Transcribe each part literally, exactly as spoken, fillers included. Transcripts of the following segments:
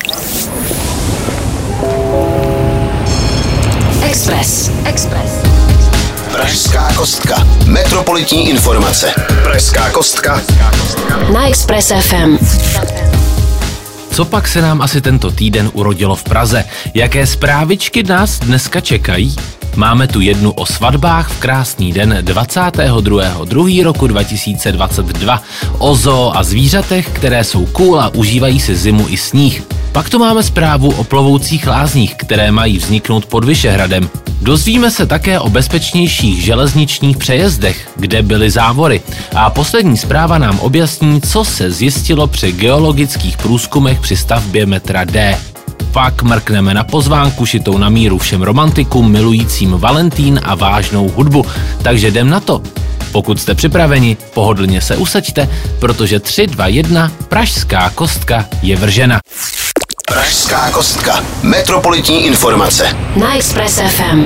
Express. Express. Pražská kostka. Metropolitní informace. Pražská kostka. Na Express F M. Co pak se nám asi tento týden urodilo v Praze? Jaké zprávičky nás dneska čekají? Máme tu jednu o svatbách v krásný den dvacátého druhého druhého roku dva tisíce dvacet dva. O zoo a zvířatech, které jsou cool a užívají si zimu i sníh. Pak tu máme zprávu o plovoucích lázních, které mají vzniknout pod Vyšehradem. Dozvíme se také o bezpečnějších železničních přejezdech, kde byly závory. A poslední zpráva nám objasní, co se zjistilo při geologických průzkumech při stavbě metra D. Pak mrkneme na pozvánku šitou na míru všem romantikům milujícím Valentín a vážnou hudbu. Takže jdem na to. Pokud jste připraveni, pohodlně se usaďte, protože tři, dva, jedna, Pražská kostka je vržena. Pražská kostka. Metropolitní informace. Na Express F M.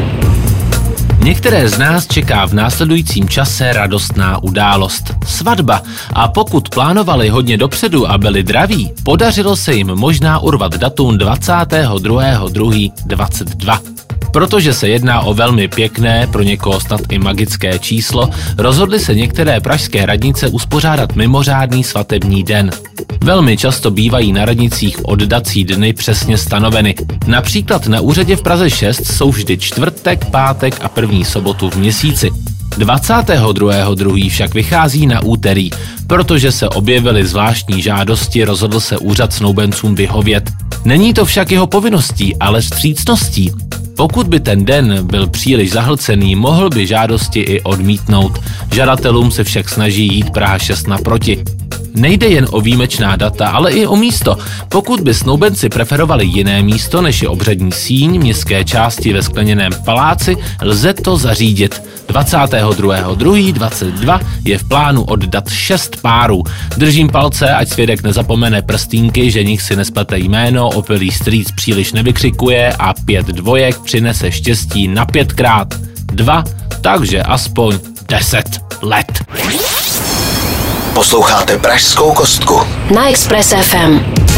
Některé z nás čeká v následujícím čase radostná událost. Svatba. A pokud plánovali hodně dopředu a byli draví, podařilo se jim možná urvat datum dvacátého druhého druhého dvacet dva. Protože se jedná o velmi pěkné, pro někoho snad i magické číslo, rozhodly se některé pražské radnice uspořádat mimořádný svatební den. Velmi často bývají na radnicích oddací dny přesně stanoveny. Například na úřadě v Praze šest jsou vždy čtvrtek, pátek a první sobotu v měsíci. dvacátého druhého druhého však vychází na úterý. Protože se objevily zvláštní žádosti, rozhodl se úřad snoubencům vyhovět. Není to však jeho povinností, ale vstřícností. Pokud by ten den byl příliš zahlcený, mohl by žádosti i odmítnout. Žadatelům se však snaží jít Praha šest naproti. Nejde jen o výjimečná data, ale i o místo. Pokud by snoubenci preferovali jiné místo, než je obřadní síň městské části ve Skleněném paláci, lze to zařídit. dvacátého druhého druhého dvacet dva je v plánu oddat šest párů. Držím palce, ať svědek nezapomene prstínky, ženich si nesplete jméno, opilý strýc příliš nevykřikuje a pět dvojek přinese štěstí na pětkrát. Dva, takže aspoň deset let. Posloucháte Pražskou kostku. Na Express F M.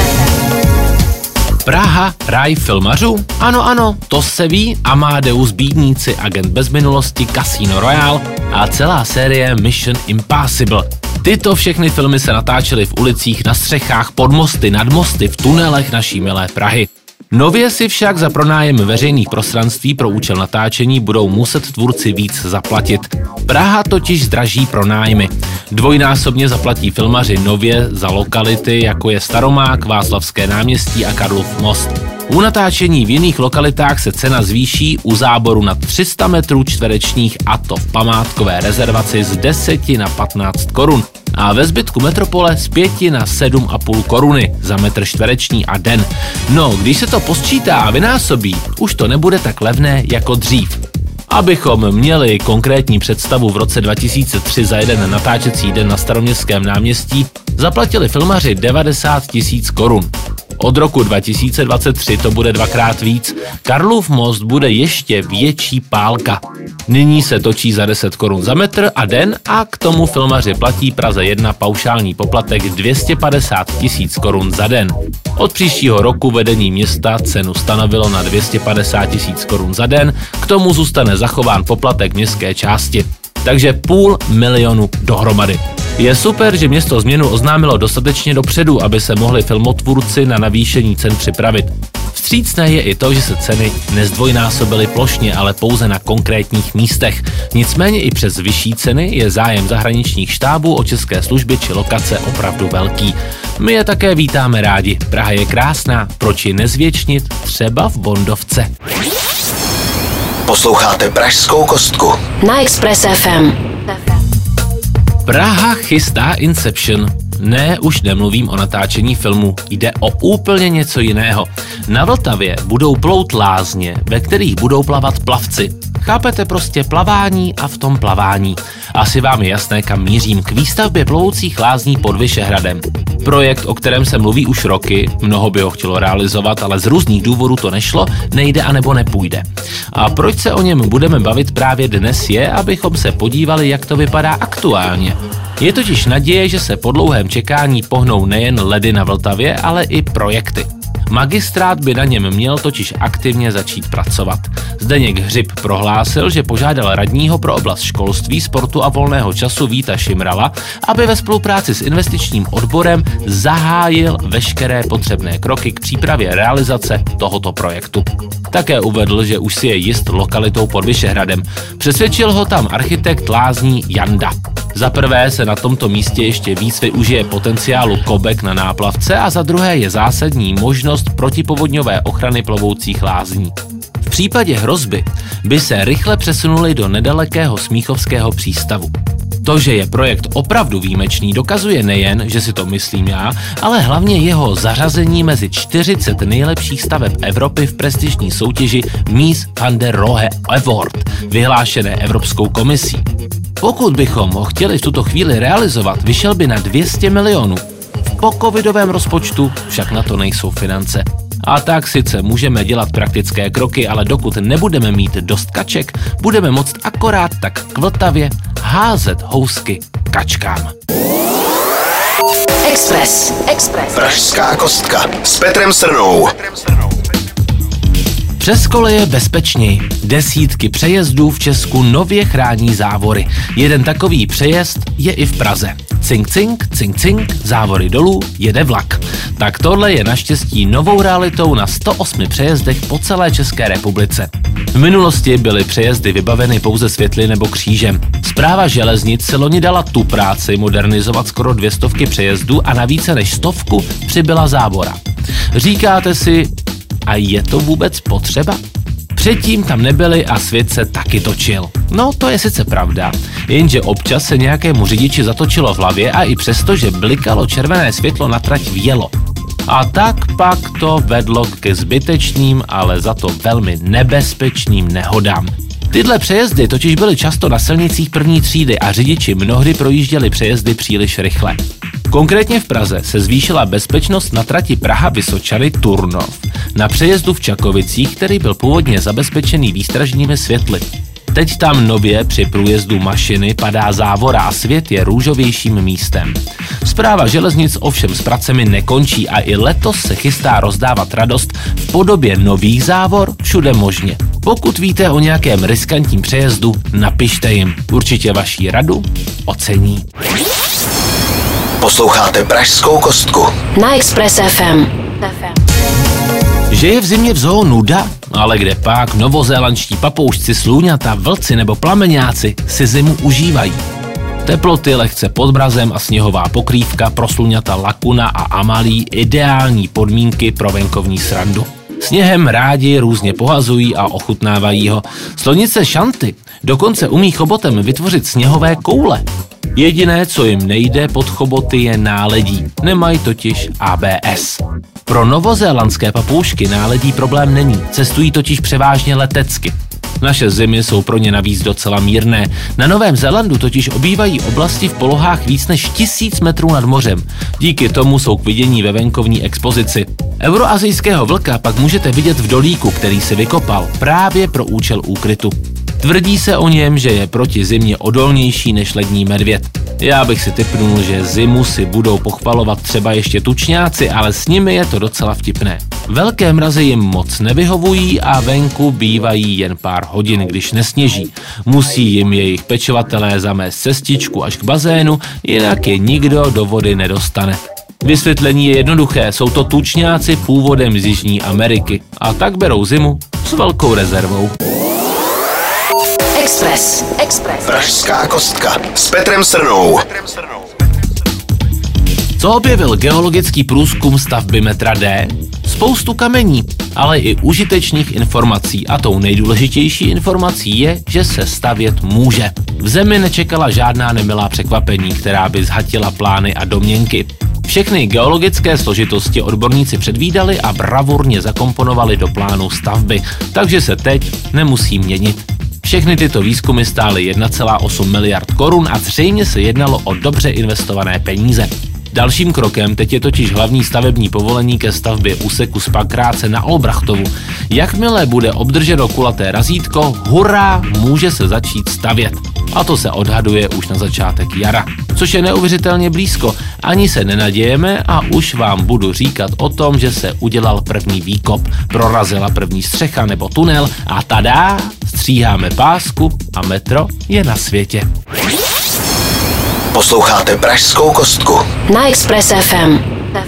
Praha, ráj filmařů? Ano, ano, to se ví. Amadeus, Bídníci, Agent bez minulosti, Casino Royale a celá série Mission Impossible. Tyto všechny filmy se natáčely v ulicích, na střechách, pod mosty, nad mosty, v tunelech naší milé Prahy. Nově si však za pronájem veřejných prostranství pro účel natáčení budou muset tvůrci víc zaplatit. Praha totiž zdraží pronájmy. Dvojnásobně zaplatí filmaři nově za lokality, jako je Staromák, Václavské náměstí a Karlův most. U natáčení v jiných lokalitách se cena zvýší u záboru na tři sta metrů čtverečních, a to v památkové rezervaci z deset na patnáct korun. A ve zbytku metropole z pět na sedm a půl koruny za metr čtvereční a den. No, když se to posčítá a vynásobí, už to nebude tak levné jako dřív. Abychom měli konkrétní představu, v roce dva tisíce tři za jeden natáčecí den na Staroměstském náměstí zaplatili filmaři devadesát tisíc korun. Od roku dva tisíce dvacet tři to bude dvakrát víc. Karlův most bude ještě větší pálka. Nyní se točí za deset korun za metr a den a k tomu filmaři platí Praze jedna paušální poplatek dvě stě padesát tisíc korun za den. Od příštího roku vedení města cenu stanovilo na dvě stě padesát tisíc korun za den, k tomu zůstane zachován poplatek městské části. Takže půl milionu dohromady. Je super, že město změnu oznámilo dostatečně dopředu, aby se mohli filmotvůrci na navýšení cen připravit. Vstřícné je i to, že se ceny nezdvojnásobily plošně, ale pouze na konkrétních místech. Nicméně i přes vyšší ceny je zájem zahraničních štábů o české služby či lokace opravdu velký. My je také vítáme rádi. Praha je krásná, proč ji nezvětšnit třeba v Bondovce. Posloucháte Pražskou kostku. Na Express F M. Praha chystá Inception. Ne, už nemluvím o natáčení filmu, jde o úplně něco jiného. Na Vltavě budou plout lázně, ve kterých budou plavat plavci. Chápete, prostě plavání a v tom plavání. Asi vám je jasné, kam mířím, k výstavbě plovoucích lázní pod Vyšehradem. Projekt, o kterém se mluví už roky, mnoho by ho chtělo realizovat, ale z různých důvodů to nešlo, nejde anebo nepůjde. A proč se o něm budeme bavit právě dnes je, abychom se podívali, jak to vypadá aktuálně. Je totiž naděje, že se po dlouhém čekání pohnou nejen ledy na Vltavě, ale i projekty. Magistrát by na něm měl totiž aktivně začít pracovat. Zdeněk Hřib prohlásil, že požádal radního pro oblast školství, sportu a volného času Víta Šimrala, aby ve spolupráci s investičním odborem zahájil veškeré potřebné kroky k přípravě realizace tohoto projektu. Také uvedl, že už si je jist lokalitou pod Vyšehradem. Přesvědčil ho tam architekt lázní Janda. Za prvé se na tomto místě ještě víc využije potenciálu kobek na náplavce a za druhé je zásadní možnost protipovodňové ochrany plovoucích lázní. V případě hrozby by se rychle přesunuli do nedalekého Smíchovského přístavu. To, že je projekt opravdu výjimečný, dokazuje nejen, že si to myslím já, ale hlavně jeho zařazení mezi čtyřicet nejlepších staveb Evropy v prestižní soutěži Mies van der Rohe Award, vyhlášené Evropskou komisí. Pokud bychom ho chtěli v tuto chvíli realizovat, vyšel by na dvě stě milionů. V pocovidovém rozpočtu však na to nejsou finance. A tak sice můžeme dělat praktické kroky, ale dokud nebudeme mít dost kaček, budeme moct akorát tak k Vltavě házet housky kačkám. Express. Express. Pražská kostka s Petrem Srnou. Přes koleje bezpečněji. Desítky přejezdů v Česku nově chrání závory. Jeden takový přejezd je i v Praze. Cink, cink, cink, cink, závory dolů, jede vlak. Tak tohle je naštěstí novou realitou na sto osmi přejezdech po celé České republice. V minulosti byly přejezdy vybaveny pouze světly nebo křížem. Správa železnic se loni dala tu práci modernizovat skoro dvě stovky přejezdů a na více než stovku přibyla závora. Říkáte si, a je to vůbec potřeba? Předtím tam nebyli a svět se taky točil. No, to je sice pravda, jenže občas se nějakému řidiči zatočilo v hlavě a i přesto, že blikalo červené světlo na trať vjelo. A tak pak to vedlo ke zbytečným, ale za to velmi nebezpečným nehodám. Tyhle přejezdy totiž byly často na silnicích první třídy a řidiči mnohdy projížděli přejezdy příliš rychle. Konkrétně v Praze se zvýšila bezpečnost na trati Praha-Vysočany-Turnov na přejezdu v Čakovicích, který byl původně zabezpečený výstražnými světly. Teď tam nově při průjezdu mašiny padá závora a svět je růžovějším místem. Správa železnic ovšem s pracemi nekončí a i letos se chystá rozdávat radost v podobě nových závor všude možně. Pokud víte o nějakém riskantním přejezdu, napište jim. Určitě vaši radu ocení. Posloucháte Pražskou kostku Na Express F M. Že je v zimě v zoo nuda? Ale kde pak novozélandští papoušci, slůňata, vlci nebo plameňáci si zimu užívají. Teploty lehce pod mrazem a sněhová pokrývka pro slůňata Lakuna a Amalí ideální podmínky pro venkovní srandu. Sněhem rádi různě pohazují a ochutnávají ho. Slonice šanty dokonce umí chobotem vytvořit sněhové koule. Jediné, co jim nejde pod choboty, je náledí. Nemají totiž A B S. Pro novozélandské papoušky náledí problém není, cestují totiž převážně letecky. Naše zimy jsou pro ně navíc docela mírné. Na Novém Zélandu totiž obývají oblasti v polohách víc než tisíc metrů nad mořem. Díky tomu jsou k vidění ve venkovní expozici. Euroazijského vlka pak můžete vidět v dolíku, který si vykopal právě pro účel úkrytu. Tvrdí se o něm, že je proti zimě odolnější než lední medvěd. Já bych si tipnul, že zimu si budou pochvalovat třeba ještě tučňáci, ale s nimi je to docela vtipné. Velké mrazy jim moc nevyhovují a venku bývají jen pár hodin, když nesněží. Musí jim jejich pečovatelé zamést cestičku až k bazénu, jinak je nikdo do vody nedostane. Vysvětlení je jednoduché, jsou to tučňáci původem z Jižní Ameriky a tak berou zimu s velkou rezervou. Express. Express. Pražská kostka s Petrem Srnou. Co objevil geologický průzkum stavby metra D? Spoustu kamení, ale i užitečných informací a tou nejdůležitější informací je, že se stavět může. V zemi nečekala žádná nemilá překvapení, která by zhatila plány a domněnky. Všechny geologické složitosti odborníci předvídali a bravurně zakomponovali do plánu stavby, takže se teď nemusí měnit. Všechny tyto výzkumy stály jedna celá osm miliard korun a zřejmě se jednalo o dobře investované peníze. Dalším krokem teď je totiž hlavní stavební povolení ke stavbě úseku z Pankráce na Olbrachtovu. Jakmile bude obdrženo kulaté razítko, hurá, může se začít stavět. a to se odhaduje už na začátek jara, což je neuvěřitelně blízko. Ani se nenadějeme a už vám budu říkat o tom, že se udělal první výkop, prorazila první střecha nebo tunel a tada, stříháme pásku a metro je na světě. Posloucháte Pražskou kostku na Express F M.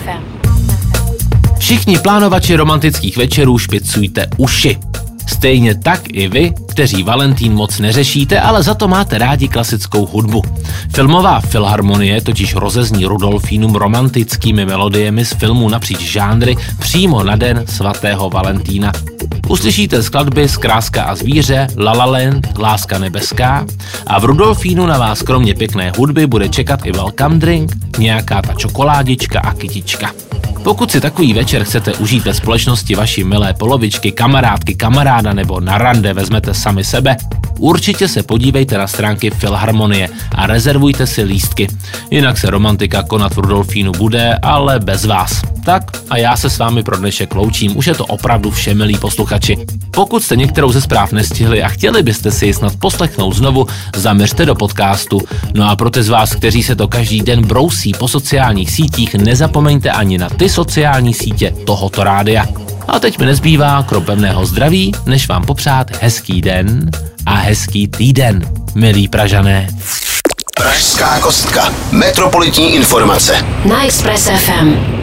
Všichni plánovači romantických večerů špicujte uši. Stejně tak i vy, kteří Valentín moc neřešíte, ale za to máte rádi klasickou hudbu. Filmová filharmonie totiž rozezní Rudolfínum romantickými melodiemi z filmů napříč žánry přímo na den svatého Valentína. Uslyšíte skladby z Kráska a zvíře, La La Land, Láska nebeská a v Rudolfínu na vás kromě pěkné hudby bude čekat i welcome drink, nějaká ta čokoládička a kytička. Pokud si takový večer chcete užít ve společnosti vaší milé polovičky, kamarádky, kamaráda nebo na rande vezmete sami sebe, určitě se podívejte na stránky Filharmonie a rezervujte si lístky. Jinak se romantika konat v Rudolfínu bude, ale bez vás. Tak a já se s vámi pro dnešek loučím, už je to opravdu vše, milí posluchači. Pokud jste některou ze zpráv nestihli a chtěli byste si ji snad poslechnout znovu, zaměřte do podcastu. No a pro ty z vás, kteří se to každý den brousí po sociálních sítích, nezapomeňte ani na ty sociální sítě tohoto rádia. A teď mi nezbývá krom pevného zdraví, než vám popřát hezký den a hezký týden, milí Pražané. Pražská kostka. Metropolitní informace Na Express F M.